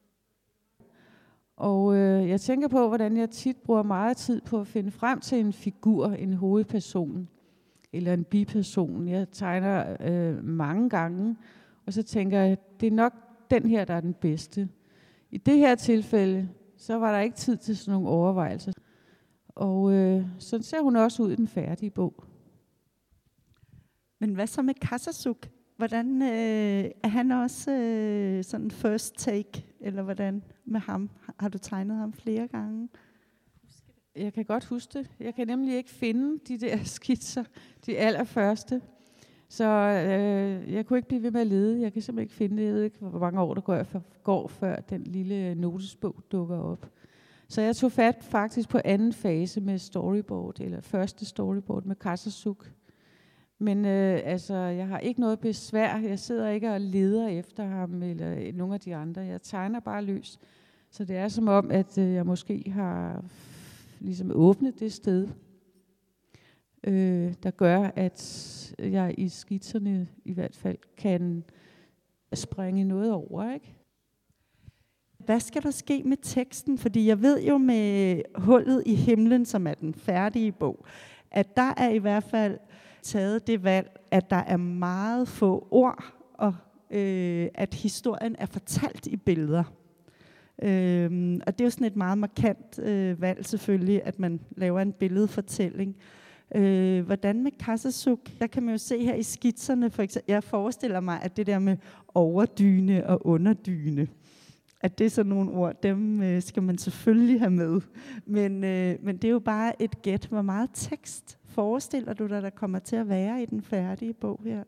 Og øh, jeg tænker på, hvordan jeg tit bruger meget tid på at finde frem til en figur, en hovedperson, eller en biperson. Jeg tegner øh, mange gange, og så tænker jeg, det er nok den her, der er den bedste. I det her tilfælde, så var der ikke tid til sådan nogle overvejelser. Og øh, sådan ser hun også ud i den færdige bog. Men hvad så med Kassasuk? Hvordan øh, er han også øh, sådan first take, eller hvordan med ham? Har du tegnet ham flere gange? Jeg kan godt huske det. Jeg kan nemlig ikke finde de der skitser, de allerførste. Så øh, jeg kunne ikke blive ved med at lede. Jeg kan simpelthen ikke finde det. Jeg ved ikke, hvor mange år der går, for, går før den lille notesbog dukker op. Så jeg tog fat faktisk på anden fase med storyboard, eller første storyboard med Kassasuk. Men øh, altså, jeg har ikke noget besvær. Jeg sidder ikke og leder efter ham, eller nogle af de andre. Jeg tegner bare løs. Så det er som om, at øh, jeg måske har ligesom åbnet det sted, øh, der gør, at jeg i skitserne i hvert fald kan springe noget over, ikke? Hvad skal der ske med teksten? Fordi jeg ved jo med Hullet i himlen, som er den færdige bog, at der er i hvert fald taget det valg, at der er meget få ord, og øh, at historien er fortalt i billeder. Øhm, og det er jo sådan et meget markant øh, valg selvfølgelig, at man laver en billedfortælling. Øh, hvordan med Kassasuk? Der kan man jo se her i skitserne, for eksempel, jeg forestiller mig, at det der med overdyne og underdyne, at det er sådan nogle ord, dem øh, skal man selvfølgelig have med. Men, øh, men det er jo bare et gæt. Hvor meget tekst forestiller du dig, der kommer til at være i den færdige bog her?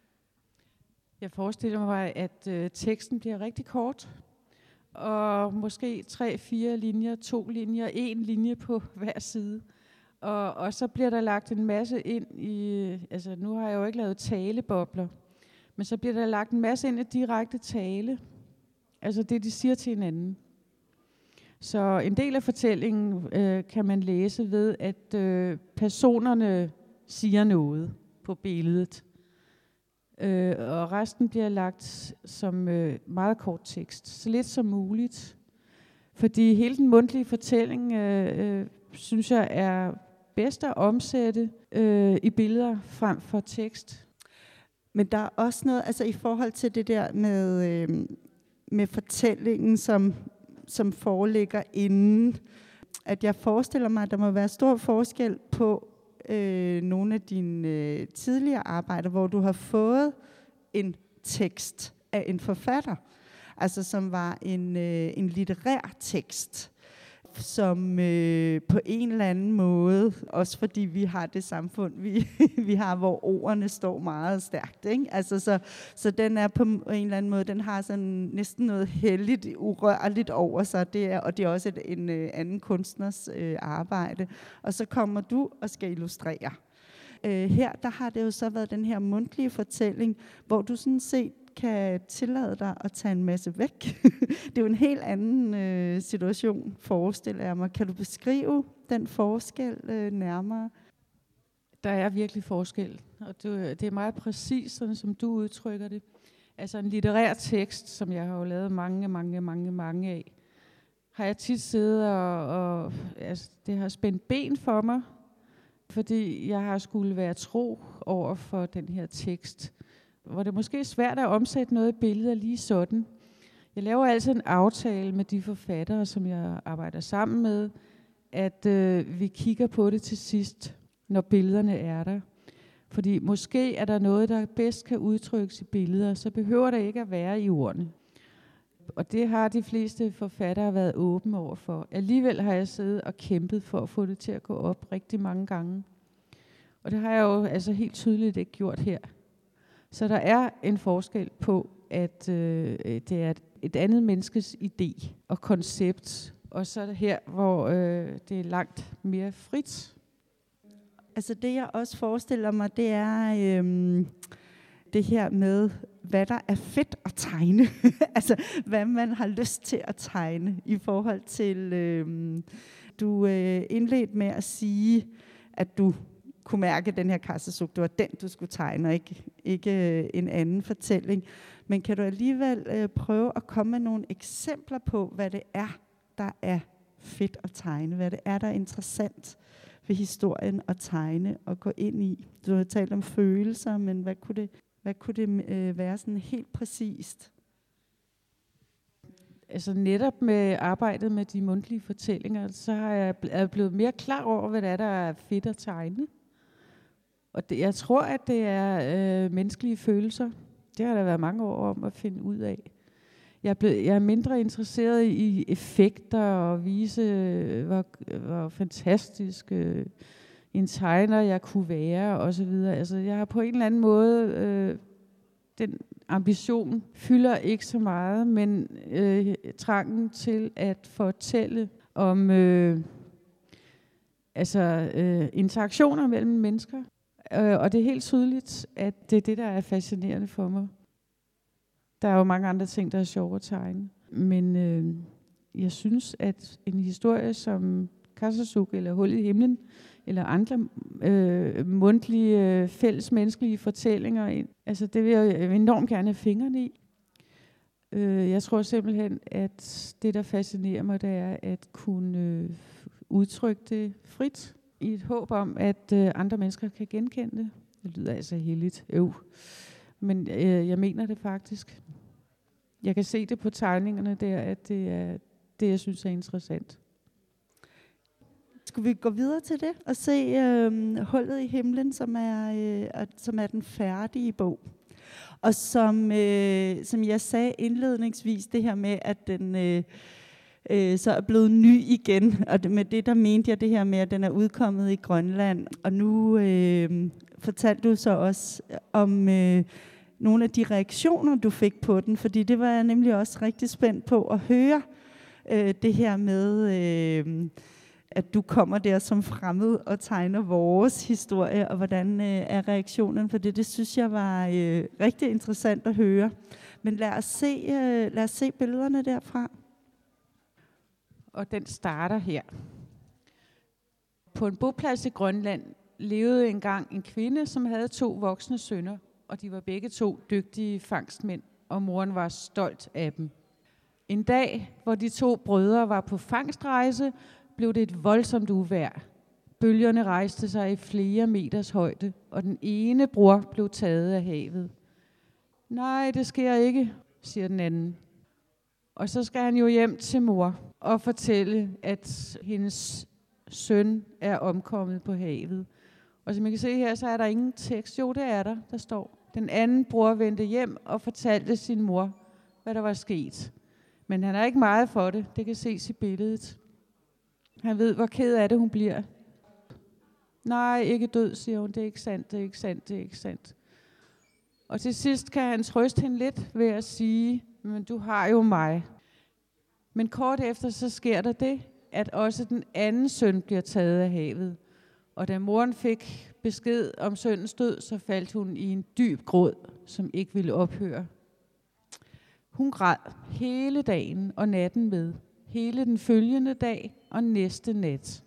Jeg forestiller mig, at øh, teksten bliver rigtig kort. Og måske tre, fire linjer, to linjer, en linje på hver side. Og, og så bliver der lagt en masse ind i, altså nu har jeg jo ikke lavet talebobler, men så bliver der lagt en masse ind i direkte tale. Altså det, de siger til hinanden. Så en del af fortællingen øh, kan man læse ved, at øh, personerne siger noget på billedet. Øh, og resten bliver lagt som øh, meget kort tekst, så lidt som muligt. Fordi hele den mundtlige fortælling, øh, øh, synes jeg, er bedst at omsætte øh, i billeder frem for tekst. Men der er også noget, altså i forhold til det der med, øh, med fortællingen, som, som foreligger inden, at jeg forestiller mig, at der må være stor forskel på øh, nogle af dine øh, tidligere arbejder, hvor du har fået en tekst af en forfatter, altså som var en, øh, en litterær tekst, som øh, på en eller anden måde, også fordi vi har det samfund, vi, vi har, hvor ordene står meget stærkt, ikke? Altså, så, så den er på en eller anden måde, den har sådan næsten noget helligt, urørligt over sig, det er, og det er også et, en øh, anden kunstners øh, arbejde. Og så kommer du og skal illustrere. Øh, her, der har det jo så været den her mundtlige fortælling, hvor du sådan set kan tillade dig at tage en masse væk. Det er jo en helt anden øh, situation, forestiller jeg mig. Kan du beskrive den forskel øh, nærmere? Der er virkelig forskel, og det, det er meget præcist, sådan som du udtrykker det. Altså en litterær tekst, som jeg har jo lavet mange, mange, mange, mange af, har jeg tit siddet og, og altså, det har spændt ben for mig, fordi jeg har skulle være tro over for den her tekst, hvor det måske er svært at omsætte noget i billeder lige sådan. Jeg laver altid en aftale med de forfattere, som jeg arbejder sammen med, at øh, vi kigger på det til sidst, når billederne er der. Fordi måske er der noget, der bedst kan udtrykkes i billeder, så behøver det ikke at være i ordene. Og det har de fleste forfattere været åbne over for. Alligevel har jeg siddet og kæmpet for at få det til at gå op rigtig mange gange. Og det har jeg jo altså helt tydeligt ikke gjort her. Så der er en forskel på, at øh, det er et, et andet menneskes idé og koncept. Og så er det her, hvor øh, det er langt mere frit. Altså det, jeg også forestiller mig, det er øhm, det her med, hvad der er fedt at tegne. Altså, hvad man har lyst til at tegne i forhold til... Øhm, du øh, indledte med at sige, at du kunne mærke den her kassesuk. Det var den, du skulle tegne, og ikke, ikke øh, en anden fortælling. Men kan du alligevel øh, prøve at komme med nogle eksempler på, hvad det er, der er fedt at tegne? Hvad det er, der er interessant ved historien at tegne og gå ind i? Du har talt om følelser, men hvad kunne det, hvad kunne det øh, være sådan helt præcist? Altså netop med arbejdet med de mundtlige fortællinger, så har jeg er jeg blevet mere klar over, hvad det er, der er fedt at tegne. Og det, jeg tror, at det er øh, menneskelige følelser. Det har der været mange år om at finde ud af. Jeg er, blevet, jeg er mindre interesseret i effekter og vise, hvor, hvor fantastisk øh, en tegner jeg kunne være og så videre. Altså, jeg har på en eller anden måde øh, den ambition fylder ikke så meget, men øh, trangen til at fortælle om øh, altså øh, interaktioner mellem mennesker. Øh, og det er helt tydeligt, at det er det, der er fascinerende for mig. Der er jo mange andre ting, der er sjove at tegne. Men øh, jeg synes, at en historie som Kassasuk eller Hul i himlen, eller andre øh, mundtlige, øh, fælles menneskelige fortællinger, altså det vil jeg enormt gerne have fingrene i. Øh, jeg tror simpelthen, at det, der fascinerer mig, det er at kunne øh, udtrykke det frit, i et håb om, at øh, andre mennesker kan genkende det. Det lyder altså heldigt. Øv. Men øh, jeg mener det faktisk. Jeg kan se det på tegningerne der, at det er det, jeg synes er interessant. Skulle vi gå videre til det og se øh, Hullet i himlen, som er, øh, som er den færdige bog? Og som, øh, som jeg sagde indledningsvis, det her med, at den øh, øh, så er blevet ny igen. Og det, med det, der mente jeg det her med, at den er udkommet i Grønland. Og nu øh, fortalte du så også om øh, nogle af de reaktioner, du fik på den. Fordi det var jeg nemlig også rigtig spændt på at høre øh, det her med... Øh, at du kommer der som fremmed og tegner vores historie, og hvordan øh, er reaktionen for det. Det synes jeg var øh, rigtig interessant at høre. Men lad os se, øh, lad os se billederne derfra. Og den starter her. På en boplads i Grønland levede engang en kvinde, som havde to voksne sønner, og de var begge to dygtige fangstmænd, og moren var stolt af dem. En dag, hvor de to brødre var på fangstrejse, blev det et voldsomt uvejr. Bølgerne rejste sig i flere meters højde, og den ene bror blev taget af havet. Nej, det sker ikke, siger den anden. Og så skal han jo hjem til mor og fortælle, at hendes søn er omkommet på havet. Og som man kan se her, så er der ingen tekst. Jo, det er der, der står. Den anden bror vendte hjem og fortalte sin mor, hvad der var sket. Men han er ikke meget for det. Det kan ses i billedet. Han ved, hvor ked af det hun bliver. Nej, ikke død, siger hun. Det er ikke sandt, det er ikke sandt, det er ikke sandt. Og til sidst kan han trøste hende lidt ved at sige, men du har jo mig. Men kort efter så sker der det, at også den anden søn bliver taget af havet. Og da moren fik besked om sønnens død, så faldt hun i en dyb gråd, som ikke ville ophøre. Hun græd hele dagen og natten med. Hele den følgende dag og næste nat.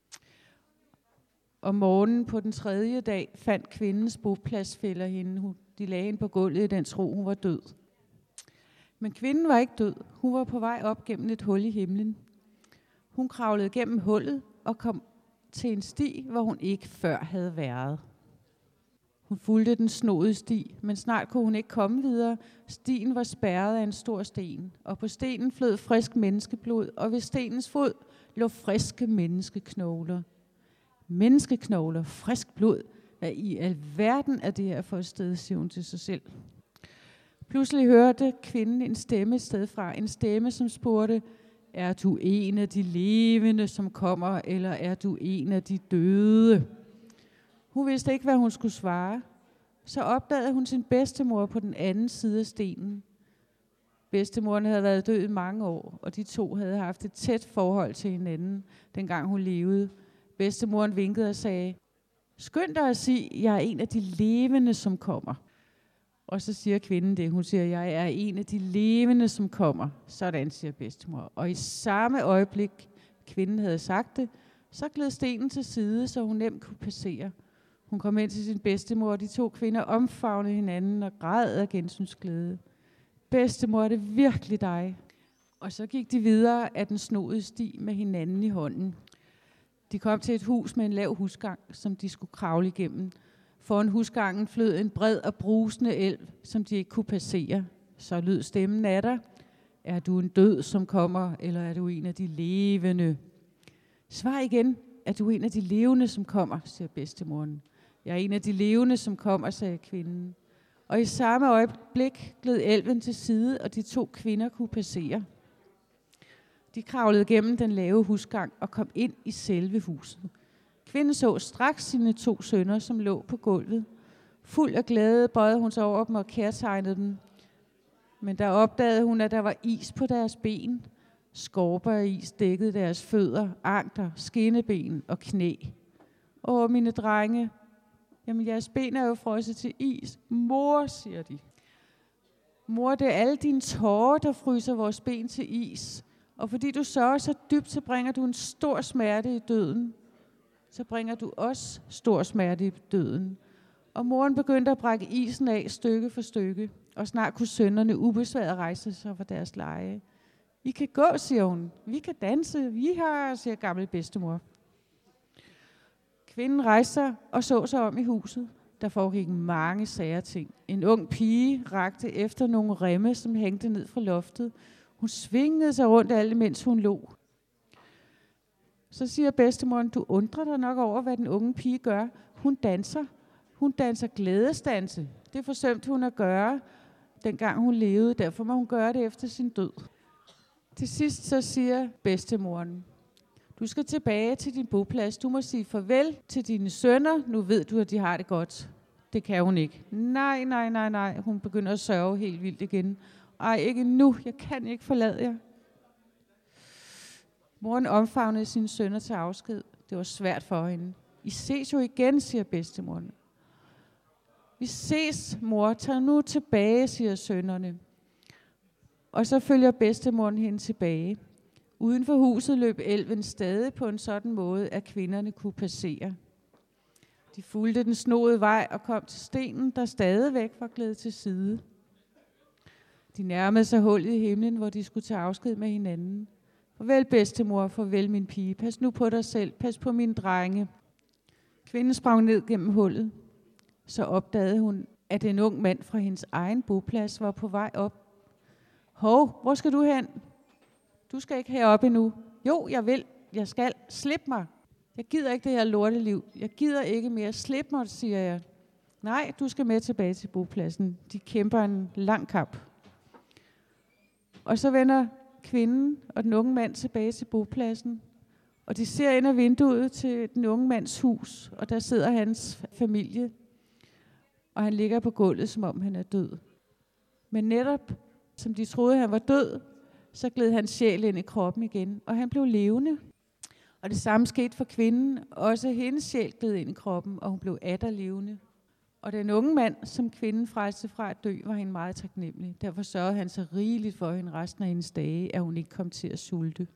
Om morgenen på den tredje dag fandt kvindens bopladsfæller hende. De lagde hende på gulvet i den tro, hun var død. Men kvinden var ikke død. Hun var på vej op gennem et hul i himlen. Hun kravlede gennem hullet og kom til en sti, hvor hun ikke før havde været. Hun fulgte den snoede sti, men snart kunne hun ikke komme videre. Stien var spærret af en stor sten, og på stenen flød frisk menneskeblod, og ved stenens fod lå friske menneskeknogler. Menneskeknogler, frisk blod. Hvad i alverden er det her for et sted, siger hun til sig selv. Pludselig hørte kvinden en stemme et sted fra. En stemme, som spurgte, er du en af de levende, som kommer, eller er du en af de døde? Hun vidste ikke, hvad hun skulle svare. Så opdagede hun sin bedstemor på den anden side af stenen. Bedstemoren havde været død i mange år, og de to havde haft et tæt forhold til hinanden, dengang hun levede. Bedstemoren vinkede og sagde, skynd dig at sige, jeg er en af de levende, som kommer. Og så siger kvinden det. Hun siger, jeg er en af de levende, som kommer. Sådan, siger bedstemor. Og i samme øjeblik, kvinden havde sagt det, så gled stenen til side, så hun nemt kunne passere. Hun kom ind til sin bedstemor, og de to kvinder omfavnede hinanden og græd af gensynsglæde. Bedstemor, er det virkelig dig? Og så gik de videre af den snoede sti med hinanden i hånden. De kom til et hus med en lav husgang, som de skulle kravle igennem. Foran husgangen flød en bred og brusende elv, som de ikke kunne passere. Så lød stemmen af dig. Er du en død, som kommer, eller er du en af de levende? Svar igen. Er du en af de levende, som kommer, siger bedstemoren. Jeg er en af de levende, som kommer, sagde kvinden. Og i samme øjeblik gled elven til side, og de to kvinder kunne passere. De kravlede gennem den lave husgang og kom ind i selve huset. Kvinden så straks sine to sønner, som lå på gulvet. Fuld af glæde bøjede hun sig over dem og kærtegnede dem. Men der opdagede hun, at der var is på deres ben. Skorper af is dækkede deres fødder, ankler, skinneben og knæ. Åh, mine drenge, jamen jeres ben er jo frosset til is. Mor, siger de. Mor, det er alle dine tårer, der fryser vores ben til is. Og fordi du sørger så dybt, så bringer du en stor smerte i døden. Så bringer du også stor smerte i døden. Og moren begyndte at brække isen af stykke for stykke, og snart kunne sønnerne ubesværet rejse sig fra deres leje. Vi kan gå, siger hun. Vi kan danse. Vi har, siger gammel bedstemor. Kvinden rejste sig og så sig om i huset. Der foregik mange sære ting. En ung pige rakte efter nogle remme, som hængte ned fra loftet. Hun svingede sig rundt alt, mens hun lå. Så siger bedstemoren, du undrer dig nok over, hvad den unge pige gør. Hun danser. Hun danser glædesdanse. Det forsømte hun at gøre, dengang hun levede. Derfor må hun gøre det efter sin død. Til sidst så siger bedstemoren, du skal tilbage til din boplads. Du må sige farvel til dine sønner. Nu ved du, at de har det godt. Det kan hun ikke. Nej, nej, nej, nej. Hun begynder at sørge helt vildt igen. Ej, ikke nu. Jeg kan ikke forlade jer. Moren omfavnede sine sønner til afsked. Det var svært for hende. I ses jo igen, siger bedstemoren. Vi ses, mor. Tag nu tilbage, siger sønnerne. Og så følger bedstemoren hende tilbage. Uden for huset løb elven stadig på en sådan måde, at kvinderne kunne passere. De fulgte den snoede vej og kom til stenen, der stadigvæk var glædet til side. De nærmede sig hullet i himlen, hvor de skulle tage afsked med hinanden. Farvel bedstemor, farvel min pige. Pas nu på dig selv, pas på mine drenge. Kvinden sprang ned gennem hullet. Så opdagede hun, at en ung mand fra hendes egen boplads var på vej op. Hov, hvor skal du hen? Du skal ikke herop endnu. Jo, jeg vil. Jeg skal. Slip mig. Jeg gider ikke det her lorteliv. Jeg gider ikke mere. Slip mig, siger jeg. Nej, du skal med tilbage til bopladsen. De kæmper en lang kamp. Og så vender kvinden og den unge mand tilbage til bopladsen. Og de ser ind ad vinduet til den unge mands hus. Og der sidder hans familie. Og han ligger på gulvet, som om han er død. Men netop, som de troede, han var død, så gled hans sjæl ind i kroppen igen, og han blev levende. Og det samme skete for kvinden. Også hendes sjæl gled ind i kroppen, og hun blev atter levende. Og den unge mand, som kvinden frelste fra at dø, var hende meget taknemmelig. Derfor sørgede han så rigeligt for hende resten af hendes dage, at hun ikke kom til at sulte.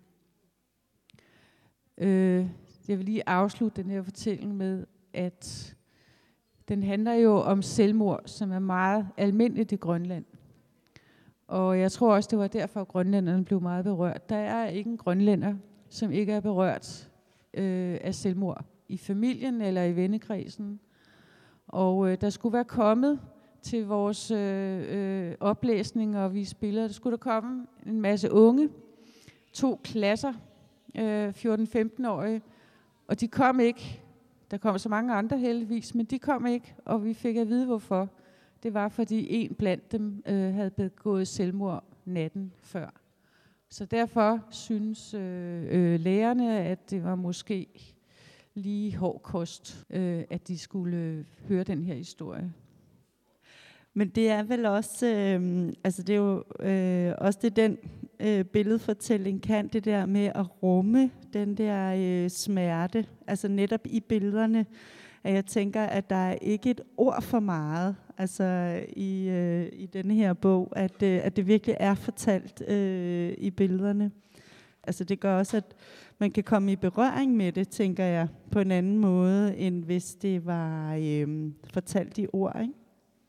Øh, jeg vil lige afslutte den her fortælling med, at den handler jo om selvmord, som er meget almindeligt i Grønland. Og jeg tror også, det var derfor, at grønlænderne blev meget berørt. Der er ikke en grønlænder, som ikke er berørt øh, af selvmord i familien eller i vennekredsen. Og øh, der skulle være kommet til vores øh, øh, oplæsning, og vi spillede, der skulle der komme en masse unge, to klasser, øh, fjorten-femten-årige, og de kom ikke. Der kom så mange andre heldigvis, men de kom ikke, og vi fik at vide, hvorfor. Det var, fordi en blandt dem øh, havde begået selvmord natten før. Så derfor synes øh, øh, lærerne, at det var måske lige hård kost, øh, at de skulle øh, høre den her historie. Men det er vel også, øh, altså det er jo øh, også det, den øh, billedfortælling kan, det der med at rumme den der øh, smerte, altså netop i billederne, at jeg tænker, at der er ikke et ord for meget, altså i, øh, i denne her bog, at, øh, at det virkelig er fortalt øh, i billederne. Altså det gør også, at man kan komme i berøring med det, tænker jeg, på en anden måde, end hvis det var øh, fortalt i ord, ikke?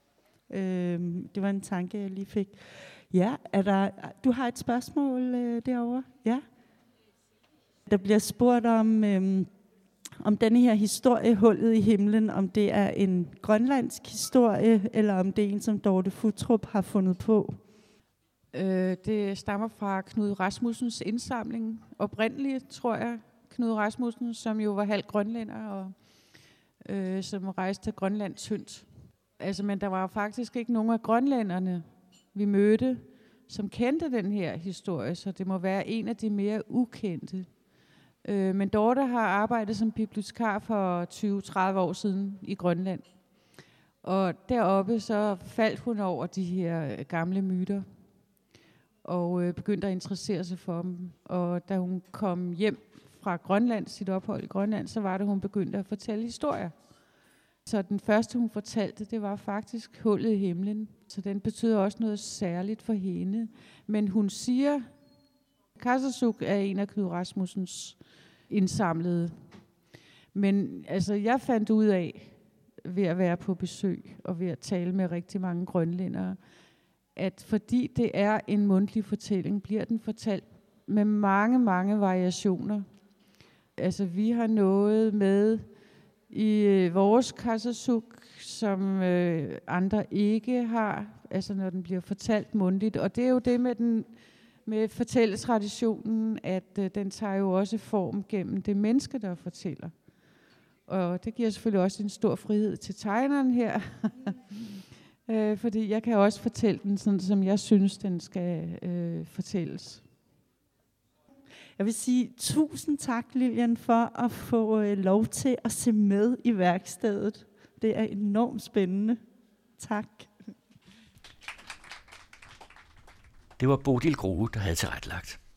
Øhm, det var en tanke, jeg lige fik. Ja, er der, du har et spørgsmål øh, derovre? Ja. Der bliver spurgt om, øhm, om denne her historie, Hullet i himlen, om det er en grønlandsk historie, eller om det er en, som Dorte Futtrup har fundet på. Øh, det stammer fra Knud Rasmussens indsamling. Oprindeligt, tror jeg, Knud Rasmussen, som jo var halv grønlænder, og øh, som rejste til Grønland tyndt. Altså, men der var faktisk ikke nogen af grønlænderne, vi mødte, som kendte den her historie, så det må være en af de mere ukendte. Øh, men Dorte har arbejdet som bibliotekar for tyve til tredive år siden i Grønland. Og deroppe så faldt hun over de her gamle myter, og øh, begyndte at interessere sig for dem. Og da hun kom hjem fra Grønland, sit ophold i Grønland, så var det, hun begyndte at fortælle historier. Så den første, hun fortalte, det var faktisk Hullet i himlen. Så den betyder også noget særligt for hende. Men hun siger, Qarsasuk er en af Knud Rasmussens indsamlede. Men altså, jeg fandt ud af, ved at være på besøg og ved at tale med rigtig mange grønlændere, at fordi det er en mundtlig fortælling, bliver den fortalt med mange, mange variationer. Altså, vi har noget med i øh, vores Qarsasuk, som øh, andre ikke har, altså når den bliver fortalt mundtligt. Og det er jo det med den med fortælletraditionen, at øh, den tager jo også form gennem det menneske, der fortæller. Og det giver selvfølgelig også en stor frihed til tegneren her. øh, fordi jeg kan også fortælle den, sådan som jeg synes, den skal øh, fortælles. Jeg vil sige tusind tak, Lilian, for at få øh, lov til at se med i værkstedet. Det er enormt spændende. Tak. Det var Bodil Grohe, der havde tilrettelagt.